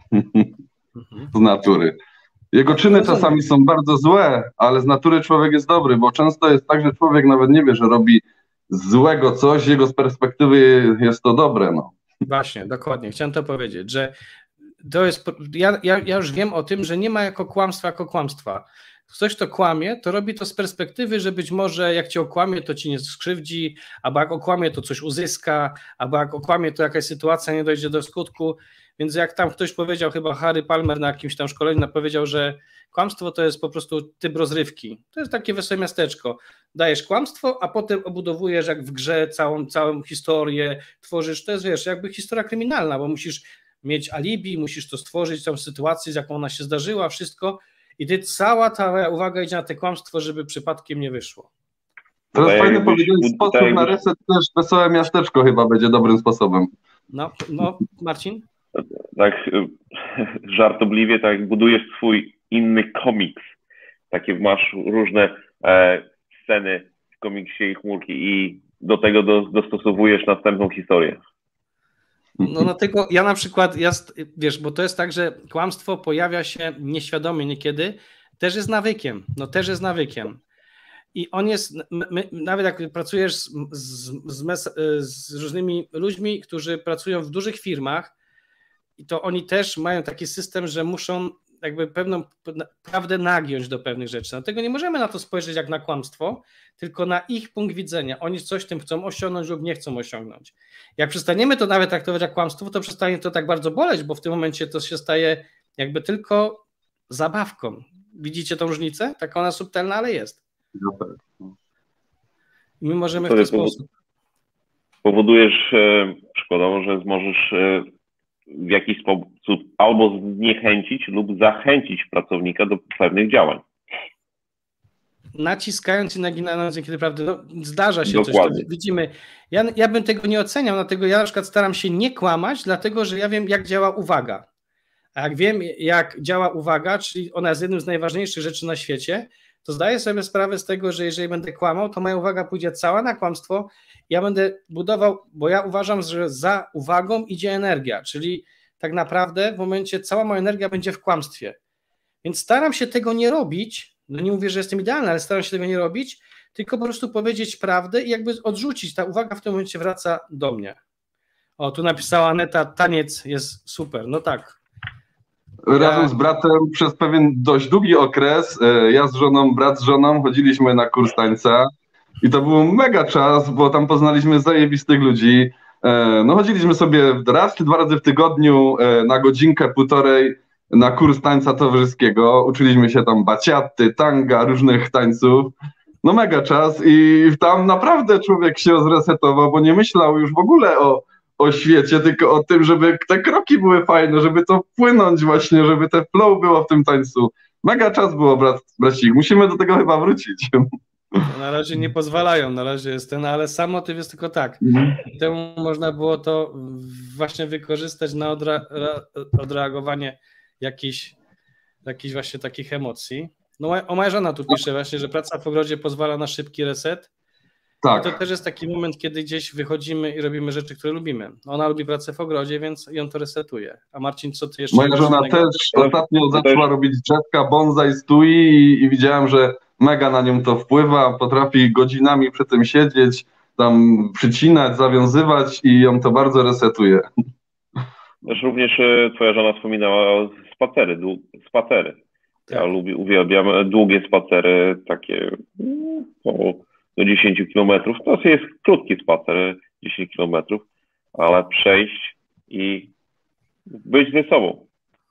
z natury. Jego czyny czasami są bardzo złe, ale z natury człowiek jest dobry, bo często jest tak, że człowiek nawet nie wie, że robi złego coś, jego z perspektywy jest to dobre. No. Właśnie, dokładnie, chciałem to powiedzieć, że to jest... Ja, ja, ja już wiem o tym, że nie ma jako kłamstwa jako kłamstwa. Ktoś, kto kłamie, to robi to z perspektywy, że być może jak cię okłamie, to ci nie skrzywdzi, albo jak okłamie, to coś uzyska, albo jak okłamie, to jakaś sytuacja nie dojdzie do skutku. Więc jak tam ktoś powiedział, chyba Harry Palmer na jakimś tam szkoleniu powiedział, że kłamstwo to jest po prostu typ rozrywki. To jest takie wesołe miasteczko. Dajesz kłamstwo, a potem obudowujesz jak w grze całą, całą historię, tworzysz, to jest wiesz, jakby historia kryminalna, bo musisz mieć alibi, musisz to stworzyć, tą sytuację, z jaką ona się zdarzyła, wszystko. I ty cała ta uwaga idzie na te kłamstwo, żeby przypadkiem nie wyszło. Teraz tak, fajny powiedziałeś sposób tak, na reset, też wesołe miasteczko chyba będzie dobrym sposobem. No, no Marcin? Tak żartobliwie, tak budujesz swój inny komiks. Takie masz różne e, sceny w komiksie i chmurki i do tego do, dostosowujesz następną historię. No dlatego ja na przykład, ja, wiesz, bo to jest tak, że kłamstwo pojawia się nieświadomie niekiedy, też jest nawykiem, no też jest nawykiem. I on jest, my, nawet jak pracujesz z, z, z, z różnymi ludźmi, którzy pracują w dużych firmach, to oni też mają taki system, że muszą jakby pewną prawdę nagiąć do pewnych rzeczy. Dlatego nie możemy na to spojrzeć jak na kłamstwo, tylko na ich punkt widzenia. Oni coś tym chcą osiągnąć lub nie chcą osiągnąć. Jak przestaniemy to nawet traktować jak kłamstwo, to przestanie to tak bardzo boleć, bo w tym momencie to się staje jakby tylko zabawką. Widzicie tą różnicę? Taka ona subtelna, ale jest. I my możemy w ten sposób. Powodujesz e, przykładowo, że możesz e, w jakiś sposób albo zniechęcić lub zachęcić pracownika do pewnych działań. Naciskając i naginając, kiedy prawda, no, zdarza się Dokładnie. coś, to widzimy. Ja, ja bym tego nie oceniał, dlatego ja na przykład staram się nie kłamać, dlatego że ja wiem, jak działa uwaga. A jak wiem, jak działa uwaga, czyli ona jest jednym z najważniejszych rzeczy na świecie, to zdaję sobie sprawę z tego, że jeżeli będę kłamał, to moja uwaga pójdzie cała na kłamstwo. Ja będę budował, bo ja uważam, że za uwagą idzie energia, czyli tak naprawdę w momencie cała moja energia będzie w kłamstwie. Więc staram się tego nie robić, no nie mówię, że jestem idealny, ale staram się tego nie robić, tylko po prostu powiedzieć prawdę i jakby odrzucić. Ta uwaga w tym momencie wraca do mnie. O, tu napisała Aneta, taniec jest super. No tak. Razem Ja... z bratem przez pewien dość długi okres, ja z żoną, brat z żoną, chodziliśmy na kurs tańca i to był mega czas, bo tam poznaliśmy zajebistych ludzi. No chodziliśmy sobie raz czy dwa razy w tygodniu na godzinkę, półtorej na kurs tańca towarzyskiego. Uczyliśmy się tam baciaty, tanga, różnych tańców. No mega czas i tam naprawdę człowiek się zresetował, bo nie myślał już w ogóle o o świecie, tylko o tym, żeby te kroki były fajne, żeby to płynąć właśnie, żeby te flow było w tym tańcu. Mega czas było, brat, bracik. Musimy do tego chyba wrócić. Na razie nie pozwalają, na razie jest ten, ale sam motyw jest tylko tak. Temu można było to właśnie wykorzystać na odre odreagowanie jakichś, jakichś właśnie takich emocji. No o, moja żona tu pisze właśnie, że praca w ogrodzie pozwala na szybki reset. Tak. I to też jest taki moment, kiedy gdzieś wychodzimy i robimy rzeczy, które lubimy. Ona lubi pracę w ogrodzie, więc ją to resetuje. A Marcin, co ty jeszcze? Moja żona innego? Też ostatnio zaczęła robić drzewka, bonsai, stój i, i widziałem, że mega na nią to wpływa. Potrafi godzinami przy tym siedzieć, tam przycinać, zawiązywać i ją to bardzo resetuje. Też również twoja żona wspominała spacery, spacery. Ja tak. lubię, uwielbiam długie spacery, takie po do dziesięciu kilometrów. To jest krótki spacer, dziesięć kilometrów, ale przejść i być ze sobą.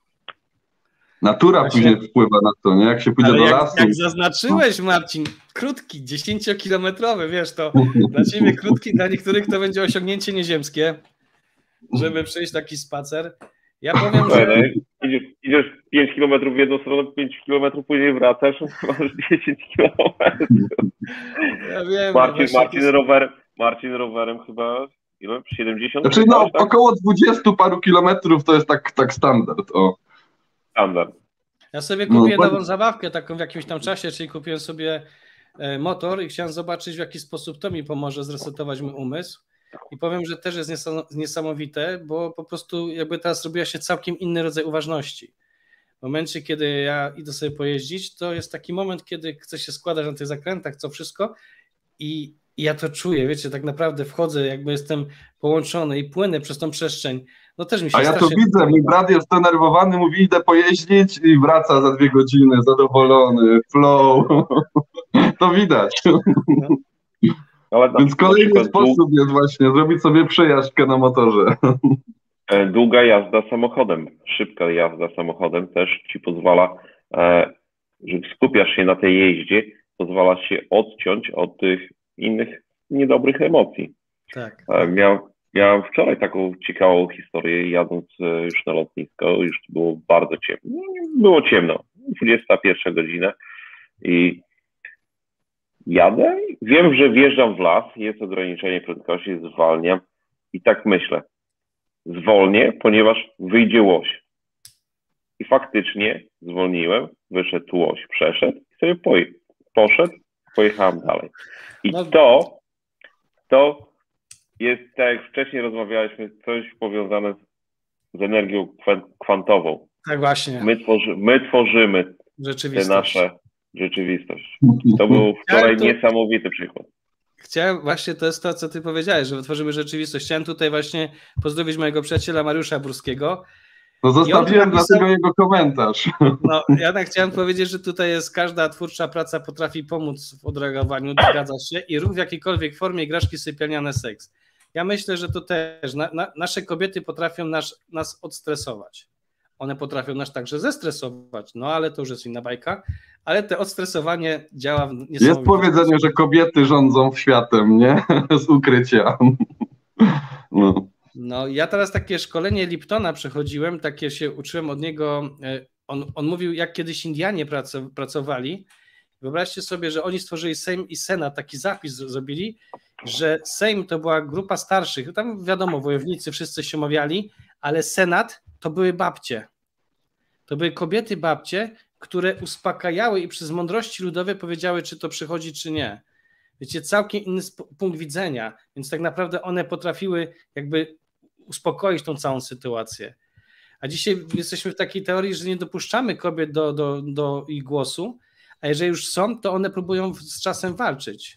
Natura Właśnie... później wpływa na to, nie? Jak się pójdzie ale do jak, lasu. Jak zaznaczyłeś, Marcin, krótki, dziesięciokilometrowy, wiesz, to dla ciebie krótki, dla niektórych to będzie osiągnięcie nieziemskie, żeby przejść taki spacer. Ja powiem, że... Idziesz, idziesz pięć kilometrów w jedną stronę, pięć kilometrów później wracasz, masz dziesięć kilometrów. Ja wiem. Marcin, Marcin, jest... rower, Marcin rowerem chyba ile? siedemdziesiąt? Znaczy no tak? Około dwudziestu paru kilometrów to jest tak, tak standard. O. Standard. Ja sobie kupiłem no, nową zabawkę taką w jakimś tam czasie, czyli kupiłem sobie motor i chciałem zobaczyć, w jaki sposób to mi pomoże zresetować mój umysł. I powiem, że też jest niesamowite, bo po prostu jakby teraz robiła się całkiem inny rodzaj uważności. W momencie, kiedy ja idę sobie pojeździć, to jest taki moment, kiedy chcę się składać na tych zakrętach, co wszystko i, i ja to czuję, wiecie, tak naprawdę wchodzę, jakby jestem połączony i płynę przez tą przestrzeń. No też mi się A ja to widzę, mój brat jest zdenerwowany, mówi idę pojeździć i wraca za dwie godziny, zadowolony, flow. To widać. No. Ale Więc kolejny sposób dług... jest właśnie zrobić sobie przejażdżkę na motorze. Długa jazda samochodem, szybka jazda samochodem też ci pozwala, że skupiasz się na tej jeździe, pozwala się odciąć od tych innych niedobrych emocji. Tak. Miał, miałem wczoraj taką ciekawą historię, jadąc już na lotnisko, już było bardzo ciemno. Było ciemno, dwudziesta pierwsza godzina i jadę, wiem, że wjeżdżam w las, jest ograniczenie prędkości, zwalniam i tak myślę, zwolnię, ponieważ wyjdzie łoś. I faktycznie zwolniłem, wyszedł łoś, przeszedł i sobie poje, poszedł, pojechałem dalej. I no. to, to jest, tak jak wcześniej rozmawialiśmy, coś powiązane z, z energią kwantową. Tak właśnie. My, tworzy, my tworzymy te nasze rzeczywistość. To był wczoraj tu... niesamowity przykład. Chciałem, właśnie to jest to, co ty powiedziałeś, że tworzymy rzeczywistość. Chciałem tutaj właśnie pozdrowić mojego przyjaciela Mariusza Burskiego. No zostawiłem napisał... dlatego jego komentarz. No, ja tak chciałem powiedzieć, że tutaj jest każda twórcza praca potrafi pomóc w odreagowaniu, zgadza się, i rób w jakiejkolwiek formie igraszki sypialniane seks. Ja myślę, że to też na, na, nasze kobiety potrafią nas, nas odstresować. One potrafią nas także zestresować, no ale to już jest inna bajka, ale to odstresowanie działa w niesamowity Jest powiedzenie, że kobiety rządzą światem, nie? Z ukrycia. No. No ja teraz takie szkolenie Liptona przechodziłem, takie się uczyłem od niego, on, on mówił, jak kiedyś Indianie pracowali. Wyobraźcie sobie, że oni stworzyli Sejm i Senat, taki zapis zrobili, że Sejm to była grupa starszych, tam wiadomo, wojownicy wszyscy się omawiali, ale Senat to były babcie. To były kobiety babcie, które uspokajały i przez mądrości ludowe powiedziały, czy to przychodzi, czy nie. Wiecie, całkiem inny punkt widzenia, więc tak naprawdę one potrafiły jakby uspokoić tą całą sytuację. A dzisiaj jesteśmy w takiej teorii, że nie dopuszczamy kobiet do, do, do ich głosu, a jeżeli już są, to one próbują z czasem walczyć.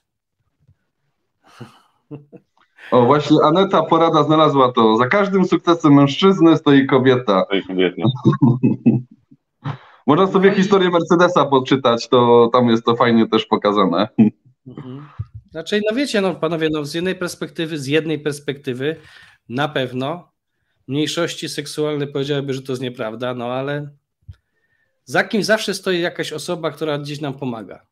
O, właśnie Aneta Porada znalazła to. Za każdym sukcesem mężczyzny stoi kobieta. Stoi kobieta. Można sobie no historię Mercedesa podczytać, to tam jest to fajnie też pokazane. Mhm. Znaczy, no wiecie, no panowie, no z jednej perspektywy, z jednej perspektywy na pewno mniejszości seksualne powiedziałyby, że to jest nieprawda, no ale za kim zawsze stoi jakaś osoba, która gdzieś nam pomaga.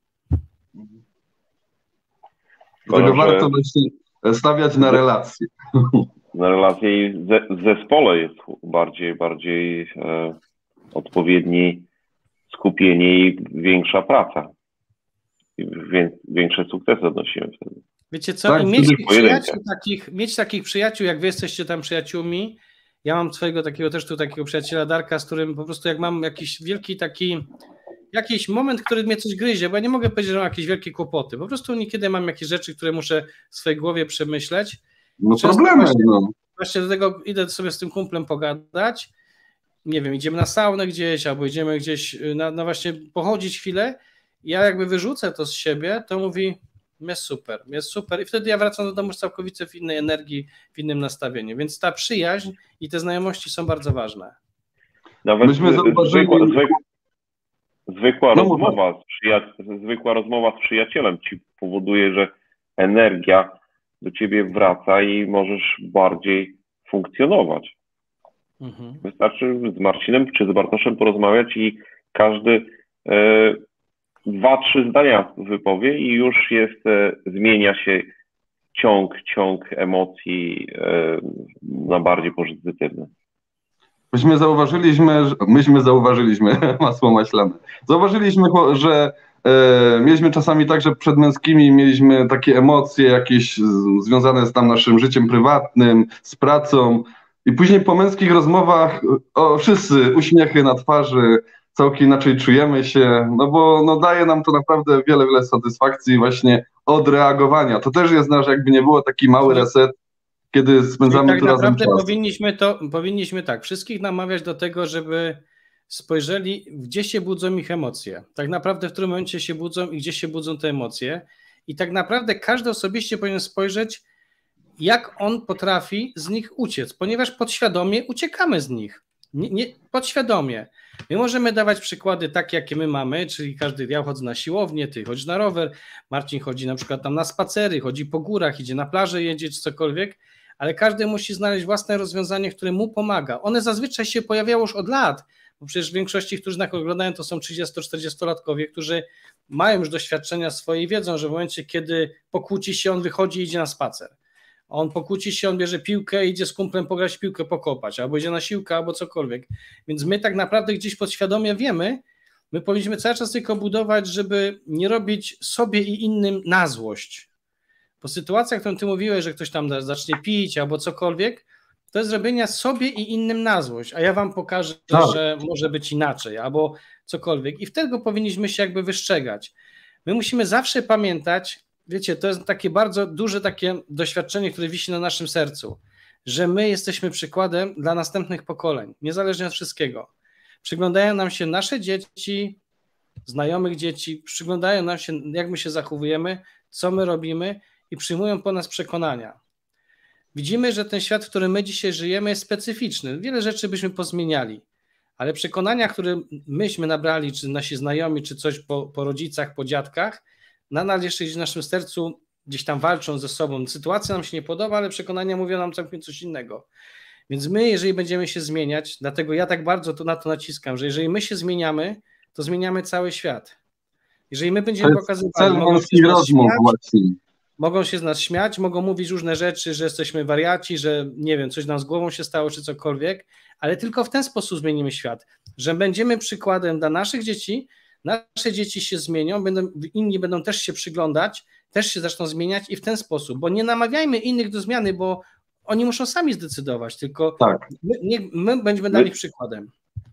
Dlatego warto właśnie stawiać na relacje. Na relacje i w zespole jest bardziej, bardziej e, odpowiedni skupienie i większa praca. I większe sukcesy odnosimy wtedy. Wiecie co, tak, i mieć przyjaciół takich, mieć takich przyjaciół, jak wy jesteście tam przyjaciółmi, ja mam swojego takiego też tu takiego przyjaciela Darka, z którym po prostu jak mam jakiś wielki taki, jakiś moment, który mnie coś gryzie, bo ja nie mogę powiedzieć, że mam jakieś wielkie kłopoty, po prostu niekiedy mam jakieś rzeczy, które muszę w swojej głowie przemyśleć. No problemy, właśnie, no. Właśnie do tego idę sobie z tym kumplem pogadać, nie wiem, idziemy na saunę gdzieś, albo idziemy gdzieś na, na właśnie pochodzić chwilę, ja jakby wyrzucę to z siebie, to mówi, jest super, jest super i wtedy ja wracam do domu całkowicie w innej energii, w innym nastawieniu, więc ta przyjaźń i te znajomości są bardzo ważne. Nawet Myśmy zauważyli... zwykła, zwykła, zwykła, no, rozmowa z przyja- zwykła rozmowa z przyjacielem ci powoduje, że energia do ciebie wraca i możesz bardziej funkcjonować. Mhm. Wystarczy z Marcinem czy z Bartoszem porozmawiać i każdy e, dwa, trzy zdania wypowie i już jest, e, zmienia się ciąg, ciąg emocji e, na bardziej pozytywny. Myśmy zauważyliśmy, myśmy zauważyliśmy, masło maślane, zauważyliśmy, że e, mieliśmy czasami tak, że przed męskimi mieliśmy takie emocje jakieś z, związane z tam naszym życiem prywatnym, z pracą i później po męskich rozmowach o, wszyscy uśmiechy na twarzy, całkiem inaczej czujemy się, no bo no, daje nam to naprawdę wiele, wiele satysfakcji właśnie od reagowania. To też jest nasz, jakby nie było, taki mały reset, kiedy spędzamy tak tu razem naprawdę czas. Powinniśmy to, powinniśmy tak, wszystkich namawiać do tego, żeby spojrzeli, gdzie się budzą ich emocje. Tak naprawdę w którym momencie się budzą i gdzie się budzą te emocje. I tak naprawdę każdy osobiście powinien spojrzeć, jak on potrafi z nich uciec, ponieważ podświadomie uciekamy z nich. Nie, nie, podświadomie. My możemy dawać przykłady takie, jakie my mamy, czyli każdy, ja chodzę na siłownię, ty chodzisz na rower, Marcin chodzi na przykład tam na spacery, chodzi po górach, idzie na plażę, jedzie czy cokolwiek, ale każdy musi znaleźć własne rozwiązanie, które mu pomaga. One zazwyczaj się pojawiało już od lat, bo przecież w większości, którzy nas oglądają, to są trzydziesto-czterdziestolatkowie, którzy mają już doświadczenia swoje i wiedzą, że w momencie, kiedy pokłóci się, on wychodzi i idzie na spacer. On pokłóci się, on bierze piłkę, idzie z kumplem pograć piłkę, pokopać, albo idzie na siłkę, albo cokolwiek. Więc my tak naprawdę gdzieś podświadomie wiemy, my powinniśmy cały czas tylko budować, żeby nie robić sobie i innym na złość. Bo sytuacja, którą ty mówiłeś, że ktoś tam zacznie pić albo cokolwiek, to jest robienia sobie i innym na złość, a ja wam pokażę, tak, że może być inaczej, albo cokolwiek. I wtedy powinniśmy się jakby wystrzegać. My musimy zawsze pamiętać, wiecie, to jest takie bardzo duże takie doświadczenie, które wisi na naszym sercu, że my jesteśmy przykładem dla następnych pokoleń, niezależnie od wszystkiego. Przyglądają nam się nasze dzieci, znajomych dzieci, przyglądają nam się, jak my się zachowujemy, co my robimy i przyjmują po nas przekonania. Widzimy, że ten świat, w którym my dzisiaj żyjemy, jest specyficzny. Wiele rzeczy byśmy pozmieniali, ale przekonania, które myśmy nabrali, czy nasi znajomi, czy coś po, po rodzicach, po dziadkach, nadal jeszcze w naszym sercu gdzieś tam walczą ze sobą. Sytuacja nam się nie podoba, ale przekonania mówią nam całkiem coś innego. Więc my, jeżeli będziemy się zmieniać, dlatego ja tak bardzo to na to naciskam, że jeżeli my się zmieniamy, to zmieniamy cały świat. Jeżeli my będziemy pokazywali, cel męskich rozmów właśnie. mogą się z nas śmiać, mogą mówić różne rzeczy, że jesteśmy wariaci, że nie wiem, coś nam z głową się stało, czy cokolwiek, ale tylko w ten sposób zmienimy świat, że będziemy przykładem dla naszych dzieci, nasze dzieci się zmienią, będą, inni będą też się przyglądać, też się zaczną zmieniać i w ten sposób, bo nie namawiajmy innych do zmiany, bo oni muszą sami zdecydować, tylko tak. my, nie, my będziemy dla nich przykładem.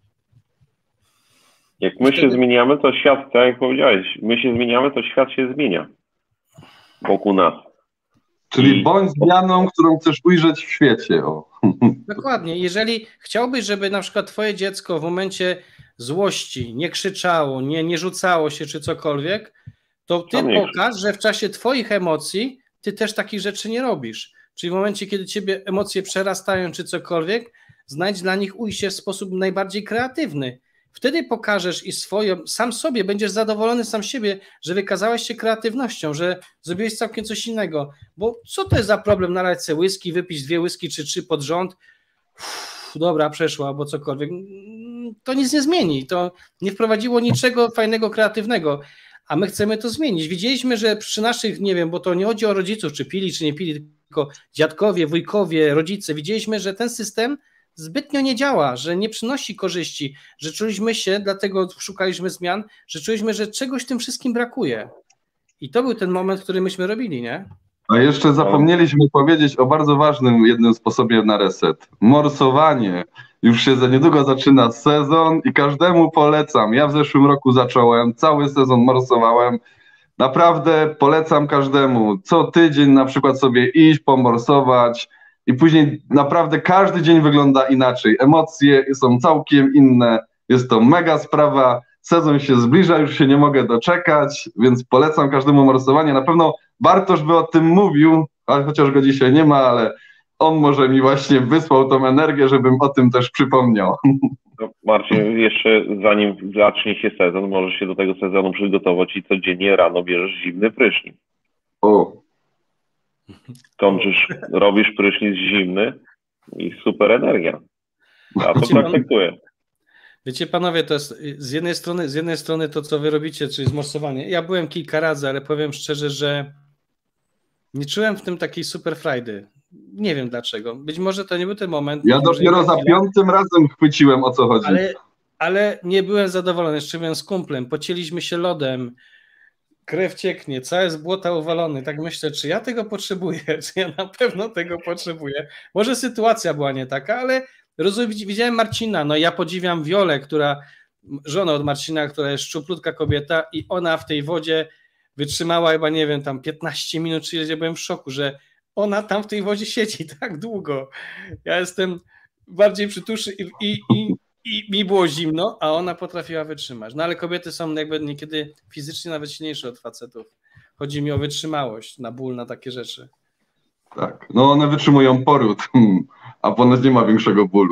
Jak my się zmieniamy, to świat, tak jak powiedziałeś, my się zmieniamy, to świat się zmienia wokół nas. Czyli I... bądź zmianą, którą chcesz ujrzeć w świecie. O. Dokładnie. Jeżeli chciałbyś, żeby na przykład twoje dziecko w momencie złości nie krzyczało, nie, nie rzucało się czy cokolwiek, to ty pokaż, że w czasie twoich emocji ty też takich rzeczy nie robisz. Czyli w momencie, kiedy ciebie emocje przerastają czy cokolwiek, znajdź dla nich ujście w sposób najbardziej kreatywny. Wtedy pokażesz i swoją, sam sobie będziesz zadowolony sam siebie, że wykazałeś się kreatywnością, że zrobiłeś całkiem coś innego. Bo co to jest za problem nalać sobie whisky, wypić dwie whisky czy trzy pod rząd? Uff, dobra, przeszła, albo cokolwiek. To nic nie zmieni. To nie wprowadziło niczego fajnego, kreatywnego. A my chcemy to zmienić. Widzieliśmy, że przy naszych, nie wiem, bo to nie chodzi o rodziców, czy pili, czy nie pili, tylko dziadkowie, wujkowie, rodzice. Widzieliśmy, że ten system zbytnio nie działa, że nie przynosi korzyści, że czuliśmy się, dlatego szukaliśmy zmian, że czuliśmy, że czegoś tym wszystkim brakuje. I to był ten moment, który myśmy robili, nie? A jeszcze zapomnieliśmy powiedzieć o bardzo ważnym jednym sposobie na reset. Morsowanie. Już się za niedługo zaczyna sezon i każdemu polecam. Ja w zeszłym roku zacząłem, cały sezon morsowałem. Naprawdę polecam każdemu. Co tydzień na przykład sobie iść, pomorsować i później naprawdę każdy dzień wygląda inaczej. Emocje są całkiem inne. Jest to mega sprawa. Sezon się zbliża, już się nie mogę doczekać, więc polecam każdemu morsowanie. Na pewno Bartosz by o tym mówił, chociaż go dzisiaj nie ma, ale on może mi właśnie wysłał tą energię, żebym o tym też przypomniał. No, Marcin, jeszcze zanim zacznie się sezon, możesz się do tego sezonu przygotować i codziennie rano bierzesz zimny prysznic. O. Kończysz, robisz prysznic zimny i super energia. Ja to praktykuję. Wiecie, panowie, to jest z jednej strony, z jednej strony to, co wy robicie, czyli zmorsowanie. Ja byłem kilka razy, ale powiem szczerze, że nie czułem w tym takiej super frajdy. Nie wiem dlaczego. Być może to nie był ten moment. Ja dopiero za piątym razem chwyciłem, o co chodzi. Ale, ale nie byłem zadowolony. Jeszcze byłem z kumplem. Pocieliśmy się lodem. Krew cieknie. Całe z błota uwalony. Tak myślę, czy ja tego potrzebuję? Czy ja na pewno tego potrzebuję? Może sytuacja była nie taka, ale rozumiem, widziałem Marcina. No ja podziwiam Wiolę, która, żonę od Marcina, która jest szczuplutka kobieta i ona w tej wodzie wytrzymała chyba, nie wiem, tam piętnaście minut, czy ja byłem w szoku, że ona tam w tej wodzie siedzi tak długo. Ja jestem bardziej przytuszy i, i, i, i mi było zimno, a ona potrafiła wytrzymać. No ale kobiety są jakby niekiedy fizycznie nawet silniejsze od facetów. Chodzi mi o wytrzymałość, na ból, na takie rzeczy. Tak, no one wytrzymują poród, a ponoć nie ma większego bólu.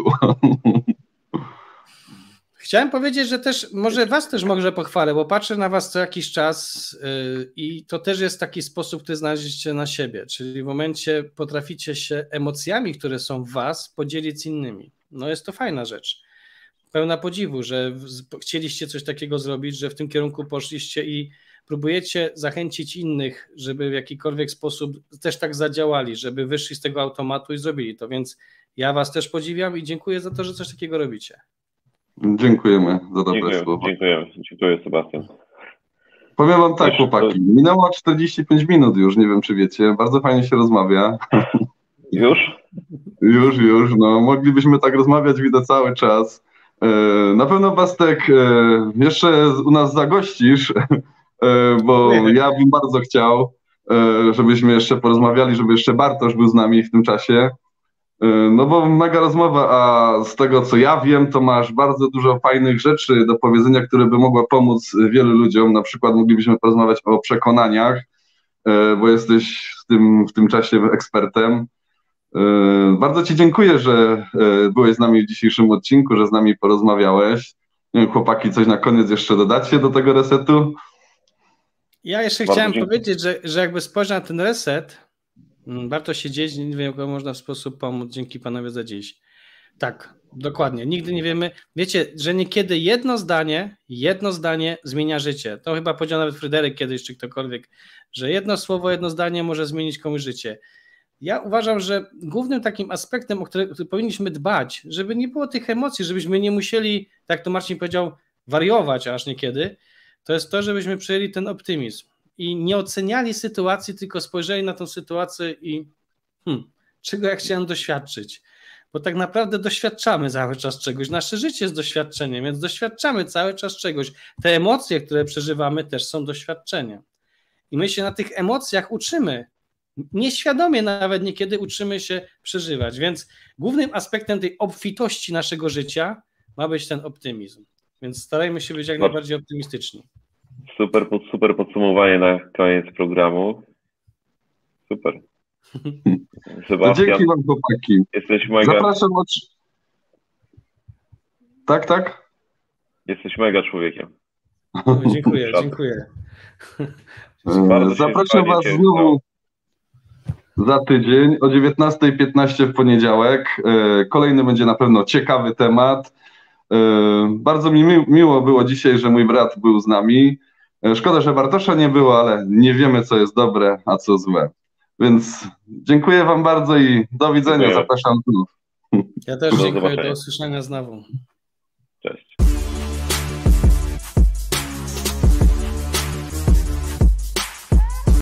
Chciałem powiedzieć, że też może was też może pochwalę, bo patrzę na was co jakiś czas yy, i to też jest taki sposób, który znaleźliście na siebie, czyli w momencie potraficie się emocjami, które są w was, podzielić z innymi. No jest to fajna rzecz. Pełna podziwu, że w, chcieliście coś takiego zrobić, że w tym kierunku poszliście i próbujecie zachęcić innych, żeby w jakikolwiek sposób też tak zadziałali, żeby wyszli z tego automatu i zrobili to, więc ja was też podziwiam i dziękuję za to, że coś takiego robicie. Dziękujemy za dobre Dziękuję, słowa. Dziękuję, dziękuję Sebastian. Powiem wam tak, chłopaki, minęło czterdzieści pięć minut już, nie wiem czy wiecie, bardzo fajnie się rozmawia. Już? Już, już, no moglibyśmy tak rozmawiać, widzę, cały czas. Na pewno Bastek jeszcze u nas zagościsz, bo ja bym bardzo chciał, żebyśmy jeszcze porozmawiali, żeby jeszcze Bartosz był z nami w tym czasie. No bo mega rozmowa, a z tego co ja wiem, to masz bardzo dużo fajnych rzeczy do powiedzenia, które by mogły pomóc wielu ludziom. Na przykład moglibyśmy porozmawiać o przekonaniach, bo jesteś w tym, w tym czasie ekspertem. Bardzo ci dziękuję, że byłeś z nami w dzisiejszym odcinku, że z nami porozmawiałeś. Chłopaki, coś na koniec jeszcze dodacie do tego resetu? Ja jeszcze Bardzo chciałem dziękuję. powiedzieć, że, że jakby spojrzeć na ten reset, warto się dzielić, nie wiem, jak można w sposób pomóc. Dzięki panowie za dziś. Tak, dokładnie. Nigdy nie wiemy. Wiecie, że niekiedy jedno zdanie, jedno zdanie zmienia życie. To chyba powiedział nawet Fryderyk kiedyś, czy ktokolwiek, że jedno słowo, jedno zdanie może zmienić komuś życie. Ja uważam, że głównym takim aspektem, o który, który powinniśmy dbać, żeby nie było tych emocji, żebyśmy nie musieli, tak to Marcin powiedział, wariować aż niekiedy, to jest to, żebyśmy przyjęli ten optymizm i nie oceniali sytuacji, tylko spojrzeli na tę sytuację i hmm, czego ja chciałem doświadczyć. Bo tak naprawdę doświadczamy cały czas czegoś. Nasze życie jest doświadczeniem, więc doświadczamy cały czas czegoś. Te emocje, które przeżywamy, też są doświadczeniem. I my się na tych emocjach uczymy. Nieświadomie nawet niekiedy uczymy się przeżywać. Więc głównym aspektem tej obfitości naszego życia ma być ten optymizm. Więc starajmy się być jak najbardziej optymistyczni. Super, super podsumowanie na koniec programu. Super. Sebastian, dzięki wam, chłopaki. Jesteś mega... Zapraszam od... Tak, tak? Jesteś mega człowiekiem. No, dziękuję, dziękuję. Zapraszam was znowu za tydzień o dziewiętnasta piętnaście w poniedziałek. Kolejny będzie na pewno ciekawy temat. Bardzo mi miło było dzisiaj, że mój brat był z nami. Szkoda, że Bartosza nie było, ale nie wiemy, co jest dobre, a co złe. Więc dziękuję wam bardzo i do widzenia. Dziękuję. Zapraszam znów. Ja też dziękuję. Do usłyszenia znowu.